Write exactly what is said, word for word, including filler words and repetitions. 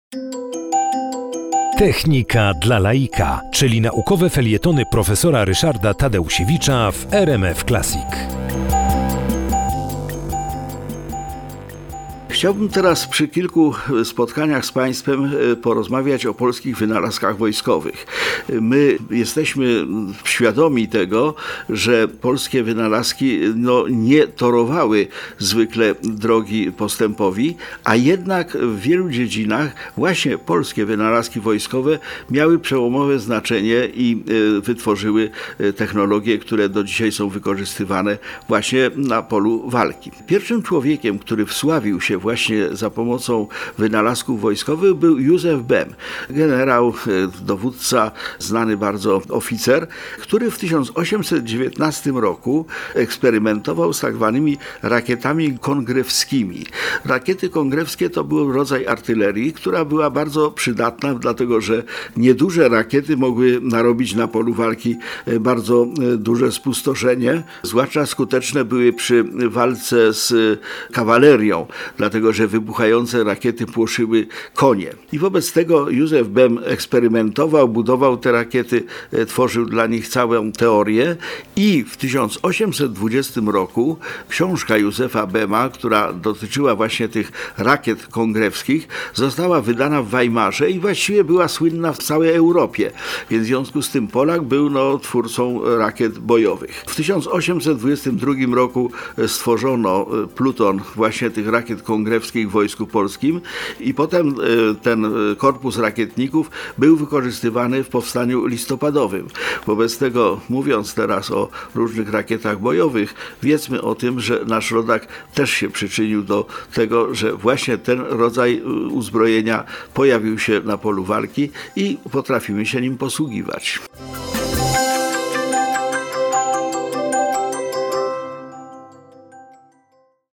Technika dla laika, czyli naukowe felietony profesora Ryszarda Tadeusiewicza w R M F Classic. Chciałbym teraz przy kilku spotkaniach z Państwem porozmawiać o polskich wynalazkach wojskowych. My jesteśmy świadomi tego, że polskie wynalazki no, nie torowały zwykle drogi postępowi, a jednak w wielu dziedzinach właśnie polskie wynalazki wojskowe miały przełomowe znaczenie i wytworzyły technologie, które do dzisiaj są wykorzystywane właśnie na polu walki. Pierwszym człowiekiem, który wsławił się właśnie za pomocą wynalazków wojskowych, był Józef Bem, generał, dowódca, znany bardzo oficer, który w tysiąc osiemset dziewiętnastym roku eksperymentował z tak zwanymi rakietami kongrewskimi. Rakiety kongrewskie to był rodzaj artylerii, która była bardzo przydatna, dlatego że nieduże rakiety mogły narobić na polu walki bardzo duże spustoszenie. Zwłaszcza skuteczne były przy walce z kawalerią, dlatego że wybuchające rakiety płoszyły konie. I wobec tego Józef Bem eksperymentował, budował te rakiety, tworzył dla nich całą teorię i w tysiąc osiemset dwudziestym roku książka Józefa Bema, która dotyczyła właśnie tych rakiet kongrewskich, została wydana w Weimarze i właściwie była słynna w całej Europie. Więc w związku z tym Polak był no, twórcą rakiet bojowych. W tysiąc osiemset dwudziestym drugim roku stworzono pluton właśnie tych rakiet kongrewskich w Wojsku Polskim i potem ten korpus rakietników był wykorzystywany w powstaniu listopadowym. Wobec tego, mówiąc teraz o różnych rakietach bojowych, wiedzmy o tym, że nasz rodak też się przyczynił do tego, że właśnie ten rodzaj uzbrojenia pojawił się na polu walki i potrafimy się nim posługiwać.